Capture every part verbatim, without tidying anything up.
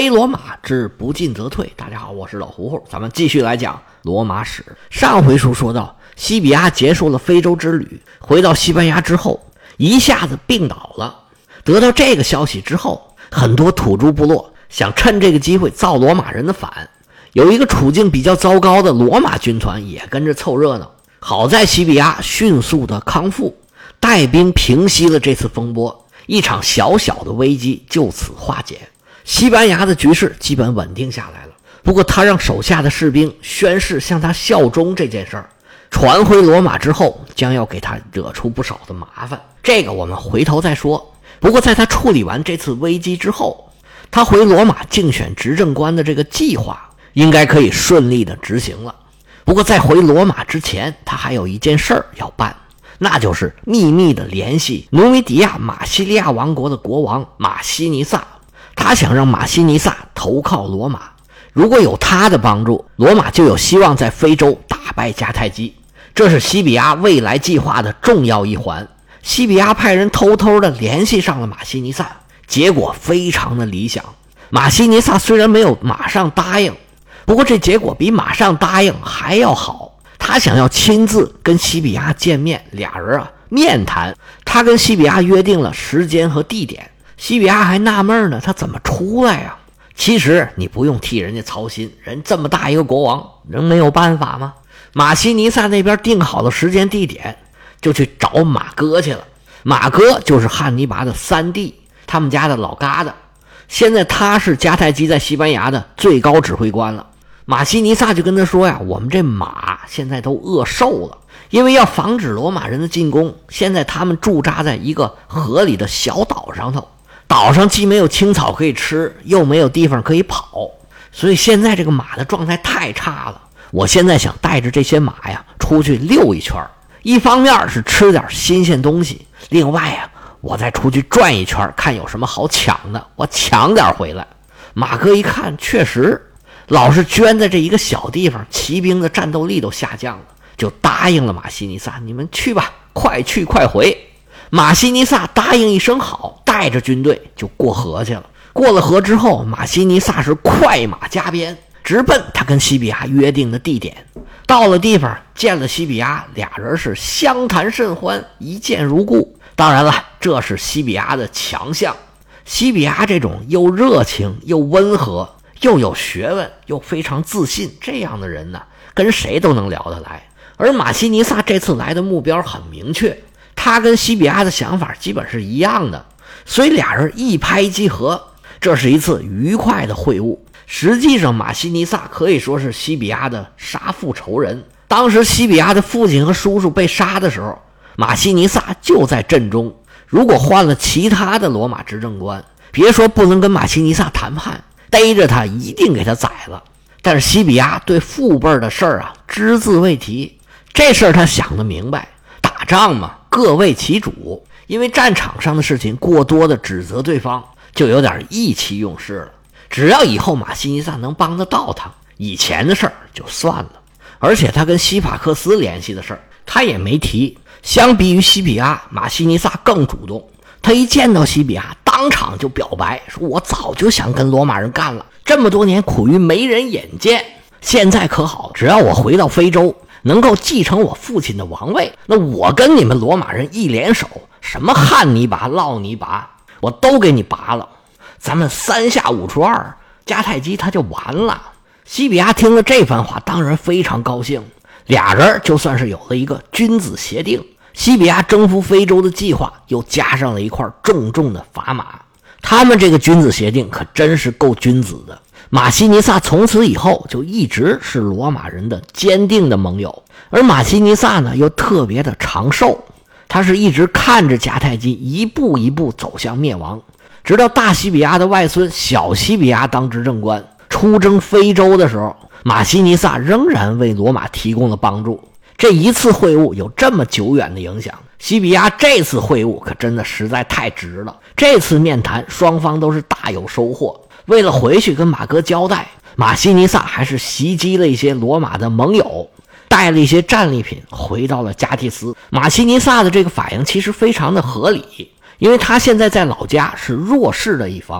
非罗马之不进则退。大家好，我是老胡胡，咱们继续来讲罗马史。上回书说到，西比亚结束了非洲之旅，回到西班牙之后，一下子病倒了。得到这个消息之后，很多土著部落想趁这个机会造罗马人的反。有一个处境比较糟糕的罗马军团也跟着凑热闹。好在西比亚迅速的康复，带兵平息了这次风波，一场小小的危机就此化解。西班牙的局势基本稳定下来了。不过他让手下的士兵宣誓向他效忠这件事儿，传回罗马之后将要给他惹出不少的麻烦，这个我们回头再说。不过在他处理完这次危机之后，他回罗马竞选执政官的这个计划应该可以顺利的执行了。不过在回罗马之前，他还有一件事儿要办，那就是秘密的联系努米底亚马西利亚王国的国王马西尼萨。他想让马西尼萨投靠罗马，如果有他的帮助，罗马就有希望在非洲打败迦太基，这是西比亚未来计划的重要一环。西比亚派人偷偷的联系上了马西尼萨，结果非常的理想。马西尼萨虽然没有马上答应，不过这结果比马上答应还要好。他想要亲自跟西比亚见面，俩人啊面谈。他跟西比亚约定了时间和地点，西比亚还纳闷呢，他怎么出来呀？其实你不用替人家操心，人这么大一个国王，人没有办法吗？马西尼萨那边定好了时间地点，就去找马哥去了。马哥就是汉尼拔的三弟，他们家的老疙瘩，现在他是迦太基在西班牙的最高指挥官了。马西尼萨就跟他说呀，我们这马现在都饿瘦了，因为要防止罗马人的进攻，现在他们驻扎在一个河里的小岛上头，岛上既没有青草可以吃，又没有地方可以跑，所以现在这个马的状态太差了。我现在想带着这些马呀出去溜一圈，一方面是吃点新鲜东西，另外呀我再出去转一圈，看有什么好抢的，我抢点回来。马哥一看，确实老是圈在这一个小地方，骑兵的战斗力都下降了，就答应了马西尼萨，你们去吧，快去快回。马西尼萨答应一声好，带着军队就过河去了。过了河之后，马西尼萨是快马加鞭，直奔他跟西比亚约定的地点。到了地方，见了西比亚，俩人是相谈甚欢，一见如故。当然了，这是西比亚的强项。西比亚这种又热情又温和又有学问又非常自信，这样的人呢，跟谁都能聊得来。而马西尼萨这次来的目标很明确，他跟西比亚的想法基本是一样的，所以俩人一拍即合，这是一次愉快的会晤。实际上马西尼萨可以说是西比亚的杀父仇人，当时西比亚的父亲和叔叔被杀的时候，马西尼萨就在阵中。如果换了其他的罗马执政官，别说不能跟马西尼萨谈判，逮着他一定给他宰了。但是西比亚对父辈的事儿啊只字未提，这事儿他想得明白，打仗嘛各为其主，因为战场上的事情过多的指责对方就有点意气用事了。只要以后马西尼萨能帮得到他，以前的事儿就算了。而且他跟西法克斯联系的事儿他也没提。相比于西比亚，马西尼萨更主动，他一见到西比亚当场就表白，说我早就想跟罗马人干了，这么多年苦于没人引荐，现在可好，只要我回到非洲能够继承我父亲的王位，那我跟你们罗马人一联手，什么汉尼拔、烙尼拔我都给你拔了，咱们三下五除二，迦太基他就完了。西比亚听了这番话当然非常高兴，俩人就算是有了一个君子协定。西比亚征服非洲的计划又加上了一块重重的砝码，他们这个君子协定可真是够君子的。马西尼萨从此以后就一直是罗马人的坚定的盟友，而马西尼萨呢又特别的长寿，他是一直看着迦太基一步一步走向灭亡，直到大西比亚的外孙小西比亚当执政官出征非洲的时候，马西尼萨仍然为罗马提供了帮助。这一次会晤有这么久远的影响，西比亚这次会晤可真的实在太值了。这次面谈双方都是大有收获，为了回去跟马哥交代，马西尼萨还是袭击了一些罗马的盟友，带了一些战利品回到了加提斯。马西尼萨的这个反应其实非常的合理，因为他现在在老家是弱势的一方，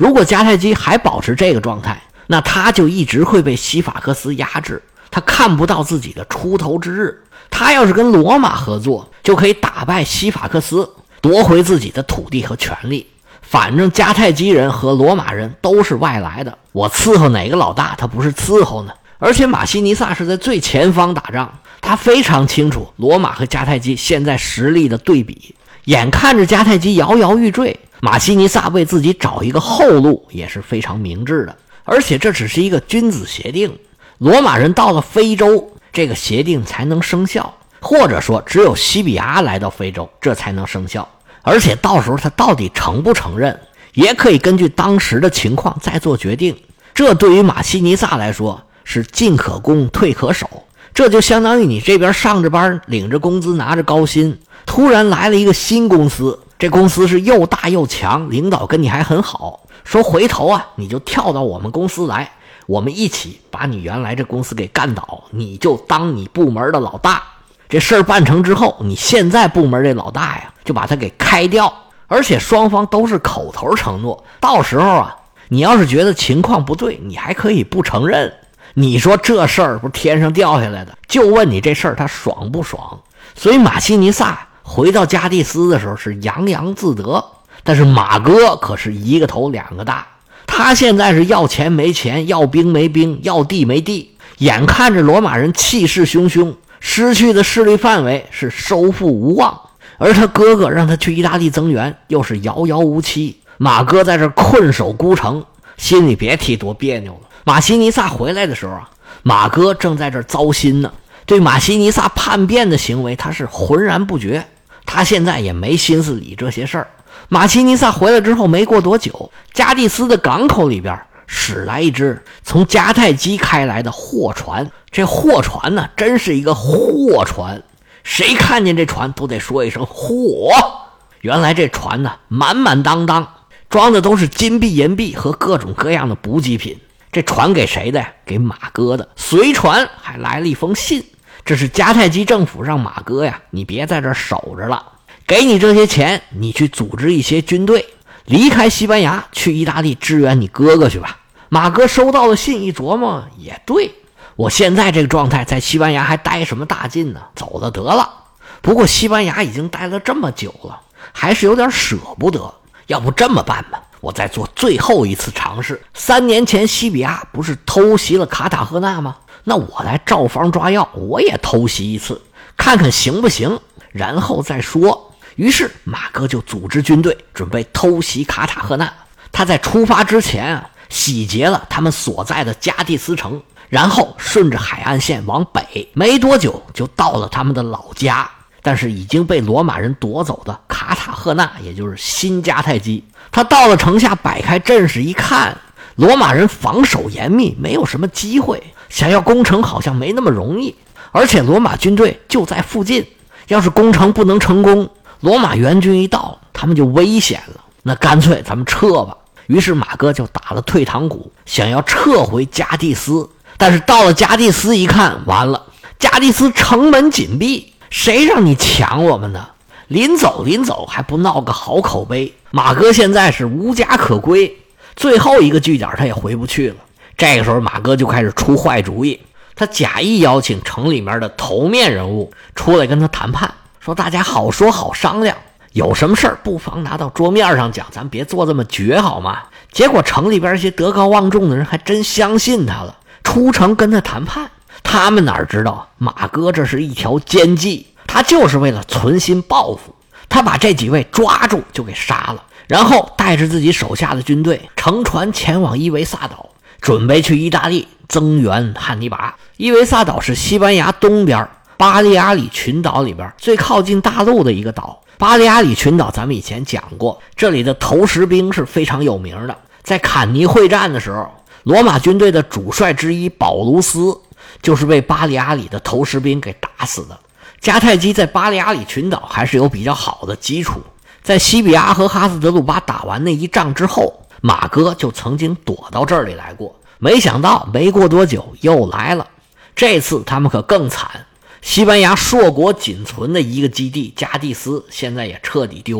如果迦太基还保持这个状态，那他就一直会被西法克斯压制，他看不到自己的出头之日。他要是跟罗马合作，就可以打败西法克斯，夺回自己的土地和权利。反正迦太基人和罗马人都是外来的，我伺候哪个老大，他不是伺候呢？而且马西尼萨是在最前方打仗，他非常清楚罗马和迦太基现在实力的对比。眼看着迦太基摇摇欲坠，马西尼萨为自己找一个后路也是非常明智的。而且这只是一个君子协定，罗马人到了非洲，这个协定才能生效，或者说只有西比亚来到非洲，这才能生效。而且到时候他到底承不承认，也可以根据当时的情况再做决定。这对于马西尼萨来说是进可攻退可守，这就相当于你这边上着班，领着工资，拿着高薪，突然来了一个新公司，这公司是又大又强，领导跟你还很好，说回头啊你就跳到我们公司来，我们一起把你原来这公司给干倒，你就当你部门的老大。这事儿办成之后，你现在部门这老大呀就把他给开掉，而且双方都是口头承诺，到时候啊你要是觉得情况不对，你还可以不承认。你说这事儿不是天上掉下来的，就问你这事儿他爽不爽。所以马西尼萨回到加的斯的时候是洋洋自得，但是马哥可是一个头两个大，他现在是要钱没钱，要兵没兵，要地没地，眼看着罗马人气势汹汹，失去的势力范围是收复无望，而他哥哥让他去意大利增援又是遥遥无期，马哥在这困守孤城，心里别提多别扭了。马西尼萨回来的时候啊，马哥正在这糟心呢，对马西尼萨叛变的行为他是浑然不觉，他现在也没心思理这些事儿。马西尼萨回来之后没过多久，加的斯的港口里边驶来一只从迦太基开来的货船，这货船呢真是一个货船，谁看见这船都得说一声货。原来这船呢满满当当装的都是金币银币和各种各样的补给品。这船给谁的呀？给马哥的。随船还来了一封信，这是迦太基政府让马哥呀你别在这守着了，给你这些钱，你去组织一些军队离开西班牙，去意大利支援你哥哥去吧。马哥收到了信一琢磨，也对，我现在这个状态在西班牙还待什么大劲呢？走了得了。不过西班牙已经待了这么久了，还是有点舍不得。要不这么办吧，我再做最后一次尝试。三年前西比亚不是偷袭了卡塔赫纳吗？那我来照方抓药，我也偷袭一次，看看行不行，然后再说。于是马哥就组织军队准备偷袭卡塔赫纳。他在出发之前啊，洗劫了他们所在的加的斯城，然后顺着海岸线往北，没多久就到了他们的老家，但是已经被罗马人夺走的卡塔赫纳，也就是新迦太基。他到了城下，摆开阵势一看，罗马人防守严密，没有什么机会，想要攻城好像没那么容易，而且罗马军队就在附近，要是攻城不能成功，罗马援军一到，他们就危险了，那干脆咱们撤吧。于是马哥就打了退堂鼓，想要撤回加的斯。但是到了加的斯一看，完了，加的斯城门紧闭，谁让你抢我们呢？临走临走还不闹个好口碑，马哥现在是无家可归，最后一个据点他也回不去了。这个时候马哥就开始出坏主意，他假意邀请城里面的头面人物出来跟他谈判，说大家好说好商量，有什么事儿不妨拿到桌面上讲，咱别做这么绝好吗？结果城里边一些德高望重的人还真相信他了，出城跟他谈判。他们哪知道马哥这是一条奸计，他就是为了存心报复，他把这几位抓住就给杀了，然后带着自己手下的军队乘船前往伊维萨岛，准备去意大利增援汉尼拔。伊维萨岛是西班牙东边巴利亚里群岛里边最靠近大陆的一个岛。巴利亚里群岛咱们以前讲过，这里的投石兵是非常有名的。在坎尼会战的时候，罗马军队的主帅之一保卢斯就是被巴利亚里的投石兵给打死的。迦太基在巴利亚里群岛还是有比较好的基础，在西比亚和哈斯德鲁巴打完那一仗之后，马哥就曾经躲到这里来过，没想到没过多久又来了。这次他们可更惨，西班牙硕果仅存的一个基地加的斯现在也彻底丢了，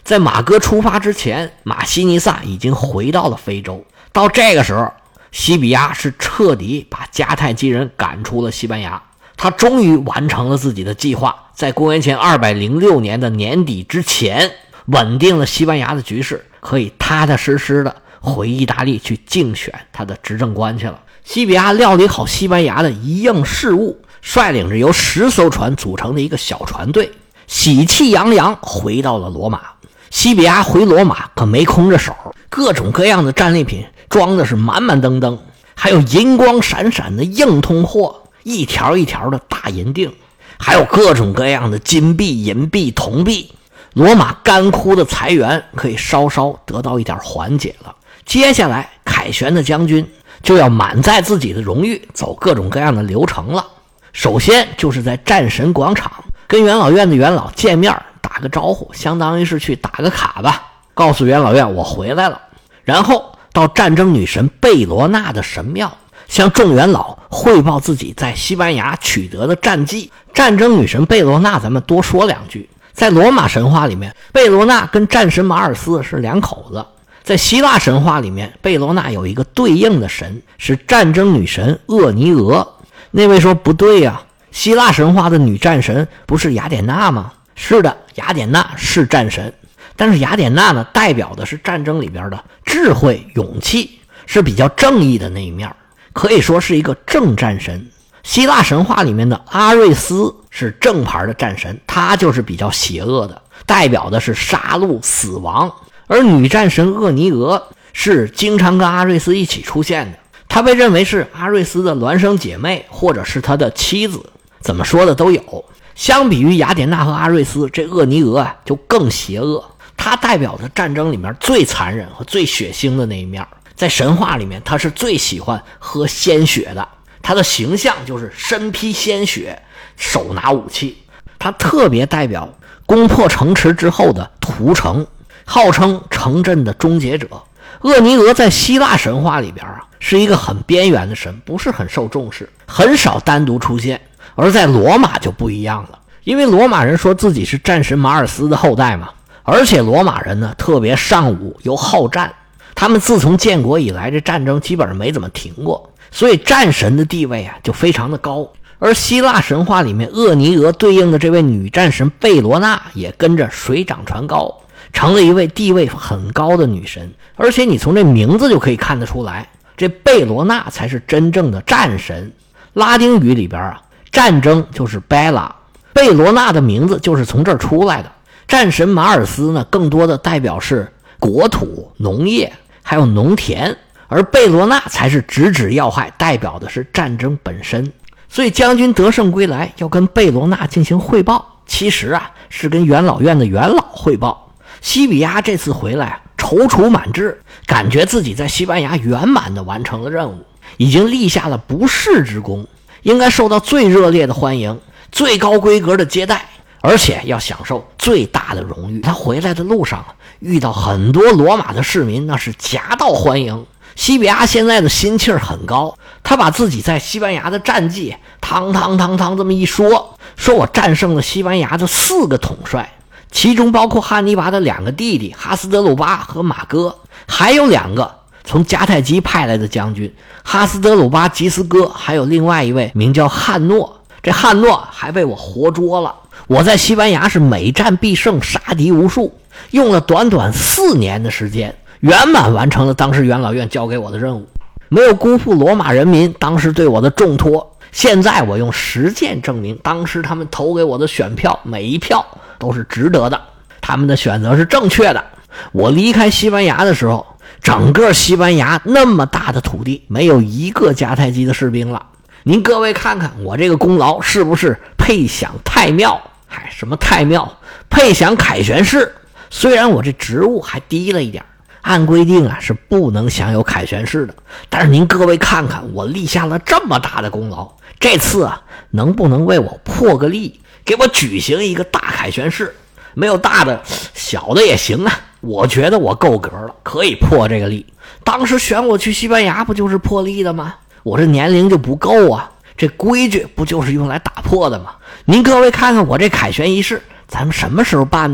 在马哥出发之前，马西尼萨已经回到了非洲。到这个时候，西比亚是彻底把迦太基人赶出了西班牙。他终于完成了自己的计划，在公元前二百零六年的年底之前稳定了西班牙的局势，可以踏踏实实的回意大利去竞选他的执政官去了。西比亚料理好西班牙的一应事务，率领着由十艘船组成的一个小船队，喜气洋洋回到了罗马。西比亚回罗马可没空着手，各种各样的战利品装的是满满登登，还有银光闪闪的硬通货，一条一条的大银锭，还有各种各样的金币、银币、铜币。罗马干枯的财源可以稍稍得到一点缓解了。接下来凯旋的将军就要满载自己的荣誉走各种各样的流程了。首先就是在战神广场跟元老院的元老见面，打个招呼，相当于是去打个卡吧，告诉元老院我回来了。然后到战争女神贝罗纳的神庙，向众元老汇报自己在西班牙取得的战绩。战争女神贝罗纳咱们多说两句，在罗马神话里面，贝罗纳跟战神马尔斯是两口子。在希腊神话里面，贝罗纳有一个对应的神，是战争女神厄尼俄。那位说不对呀、啊，希腊神话的女战神不是雅典娜吗？是的，雅典娜是战神，但是雅典娜呢，代表的是战争里边的智慧、勇气，是比较正义的那一面，可以说是一个正战神。希腊神话里面的阿瑞斯是正牌的战神，他就是比较邪恶的，代表的是杀戮、死亡。而女战神厄尼俄是经常跟阿瑞斯一起出现的，她被认为是阿瑞斯的孪生姐妹，或者是他的妻子，怎么说的都有。相比于雅典娜和阿瑞斯，这厄尼俄啊就更邪恶，她代表着战争里面最残忍和最血腥的那一面。在神话里面，她是最喜欢喝鲜血的，她的形象就是身披鲜血，手拿武器。她特别代表攻破城池之后的屠城，号称城镇的终结者。厄尼俄在希腊神话里边啊，是一个很边缘的神，不是很受重视，很少单独出现。而在罗马就不一样了，因为罗马人说自己是战神马尔斯的后代嘛，而且罗马人呢特别尚武又好战，他们自从建国以来，这战争基本上没怎么停过，所以战神的地位啊就非常的高。而希腊神话里面厄尼俄对应的这位女战神贝罗纳也跟着水涨船高，成了一位地位很高的女神。而且你从这名字就可以看得出来，这贝罗纳才是真正的战神。拉丁语里边啊，战争就是 Bella， 贝罗纳的名字就是从这儿出来的。战神马尔斯呢，更多的代表是国土、农业还有农田，而贝罗纳才是直指要害，代表的是战争本身。所以将军得胜归来要跟贝罗纳进行汇报，其实啊是跟元老院的元老汇报。西比亚这次回来啊，踌躇满志，感觉自己在西班牙圆满的完成了任务，已经立下了不世之功，应该受到最热烈的欢迎，最高规格的接待，而且要享受最大的荣誉。他回来的路上遇到很多罗马的市民，那是夹道欢迎。西比亚现在的心气儿很高，他把自己在西班牙的战绩汤汤汤汤这么一说，说我战胜了西班牙的四个统帅，其中包括汉尼拔的两个弟弟哈斯德鲁巴和马哥，还有两个从迦太基派来的将军哈斯德鲁巴吉斯哥，还有另外一位名叫汉诺。这汉诺还被我活捉了，我在西班牙是每战必胜，杀敌无数，用了短短四年的时间圆满完成了当时元老院交给我的任务，没有辜负罗马人民当时对我的重托。现在我用实践证明，当时他们投给我的选票每一票都是值得的，他们的选择是正确的。我离开西班牙的时候，整个西班牙那么大的土地没有一个迦太基的士兵了。您各位看看我这个功劳是不是配享太庙？嗨，什么太庙？配享凯旋士。虽然我这职务还低了一点，按规定啊是不能享有凯旋士的，但是您各位看看我立下了这么大的功劳，这次啊能不能为我破个例，给我举行一个大凯旋士？没有大的，小的也行啊，我觉得我够格了，可以破这个例。当时选我去西班牙不就是破例的吗？我这年龄就不够啊，这规矩不就是用来打破的吗？您各位看看我这凯旋仪式咱们什么时候办呢？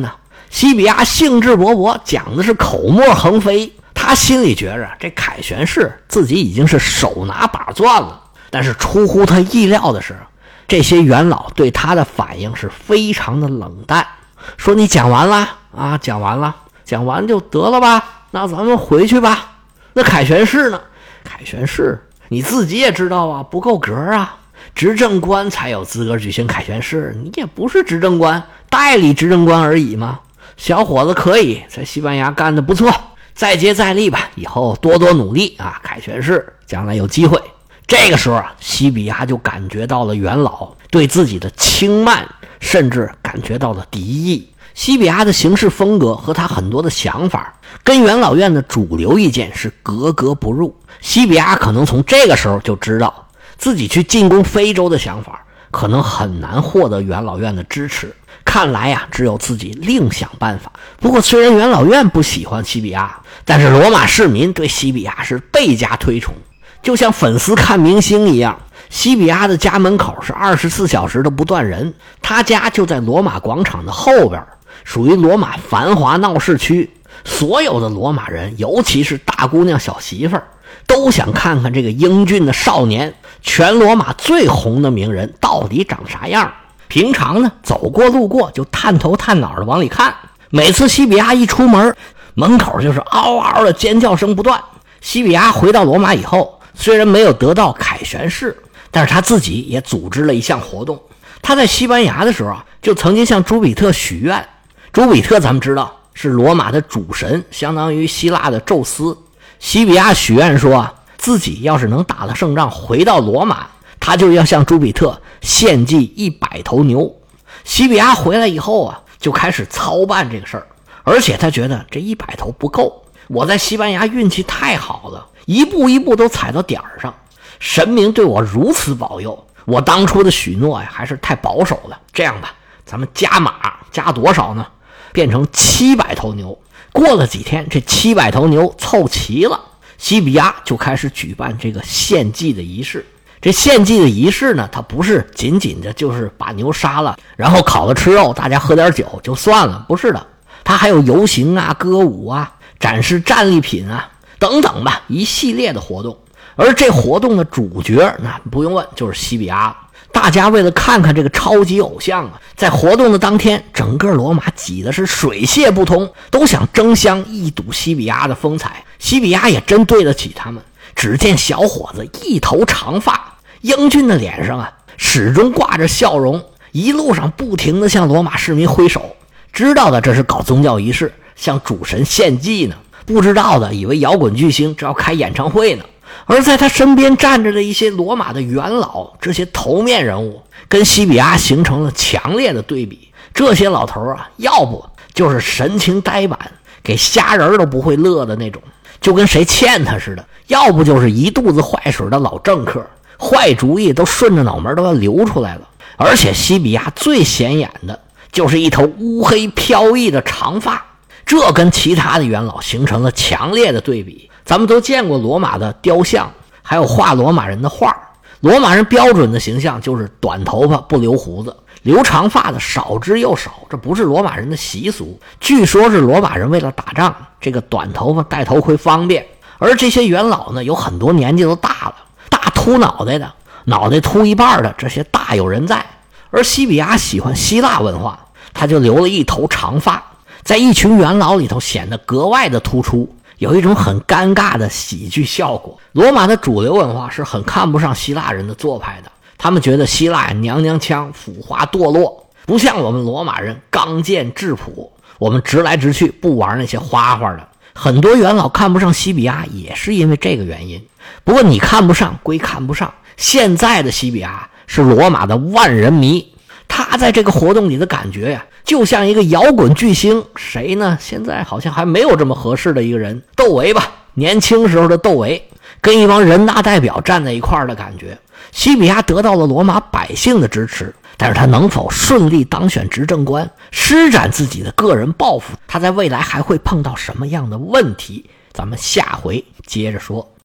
西比亚兴致勃勃，讲的是口沫横飞。他心里觉着这凯旋氏自己已经是手拿把攥了，但是出乎他意料的是，这些元老对他的反应是非常的冷淡，说你讲完了啊，讲完了，讲完就得了吧，那咱们回去吧。那凯旋氏呢？凯旋氏你自己也知道啊，不够格啊，执政官才有资格举行凯旋氏，你也不是执政官，代理执政官而已嘛。小伙子可以在西班牙干得不错，再接再厉吧，以后多多努力啊！凯旋氏将来有机会。这个时候啊，西比亚就感觉到了元老对自己的轻慢，甚至感觉到了敌意。西比亚的行事风格和他很多的想法跟元老院的主流意见是格格不入。西比亚可能从这个时候就知道自己去进攻非洲的想法可能很难获得元老院的支持，看来呀、啊，只有自己另想办法。不过虽然元老院不喜欢西比亚，但是罗马市民对西比亚是倍加推崇，就像粉丝看明星一样。西比亚的家门口是二十四小时的不断人，他家就在罗马广场的后边，属于罗马繁华闹市区。所有的罗马人，尤其是大姑娘小媳妇儿，都想看看这个英俊的少年，全罗马最红的名人到底长啥样。平常呢，走过路过就探头探脑的往里看。每次西比亚一出门，门口就是嗷嗷的尖叫声不断。西比亚回到罗马以后，虽然没有得到凯旋氏，但是他自己也组织了一项活动。他在西班牙的时候啊，就曾经向朱比特许愿。朱比特咱们知道是罗马的主神，相当于希腊的宙斯。西比亚许愿说啊，自己要是能打了胜仗回到罗马，他就要向朱比特献祭一百头牛。西比亚回来以后啊，就开始操办这个事儿，而且他觉得这一百头不够，我在西班牙运气太好了，一步一步都踩到点儿上，神明对我如此保佑，我当初的许诺呀还是太保守了。这样吧，咱们加码，加多少呢？变成七百头牛。过了几天，这七百头牛凑齐了，西比亚就开始举办这个献祭的仪式。这献祭的仪式呢，它不是仅仅的就是把牛杀了，然后烤了吃肉，大家喝点酒就算了，不是的，它还有游行啊、歌舞啊、展示战利品啊等等吧，一系列的活动。而这活动的主角，那不用问，就是西比亚。大家为了看看这个超级偶像啊，在活动的当天，整个罗马挤的是水泄不通，都想争相一睹西比亚的风采。西比亚也真对得起他们。只见小伙子一头长发，英俊的脸上啊始终挂着笑容，一路上不停地向罗马市民挥手。知道的这是搞宗教仪式，向主神献祭呢；不知道的以为摇滚巨星这要开演唱会呢。而在他身边站着的一些罗马的元老，这些头面人物跟西比亚形成了强烈的对比。这些老头啊，要不就是神情呆板，给瞎人都不会乐的那种，就跟谁欠他似的；要不就是一肚子坏水的老政客，坏主意都顺着脑门都要流出来了。而且西比亚最显眼的就是一头乌黑飘逸的长发，这跟其他的元老形成了强烈的对比。咱们都见过罗马的雕像，还有画罗马人的画。罗马人标准的形象就是短头发不留胡子，留长发的少之又少，这不是罗马人的习俗。据说是罗马人为了打仗，这个短头发戴头盔方便。而这些元老呢，有很多年纪都大了，大秃脑袋的，脑袋秃一半的，这些大有人在。而西比亚喜欢希腊文化，他就留了一头长发，在一群元老里头显得格外的突出，有一种很尴尬的喜剧效果。罗马的主流文化是很看不上希腊人的做派的，他们觉得希腊娘娘腔、腐化堕落，不像我们罗马人刚健质朴，我们直来直去，不玩那些花花的。很多元老看不上西比亚也是因为这个原因。不过你看不上归看不上，现在的西比亚是罗马的万人迷，他在这个活动里的感觉呀，就像一个摇滚巨星。谁呢？现在好像还没有这么合适的一个人。窦唯吧，年轻时候的窦唯，跟一帮人大代表站在一块儿的感觉。西比亚得到了罗马百姓的支持，但是他能否顺利当选执政官，施展自己的个人抱负，他在未来还会碰到什么样的问题？咱们下回接着说。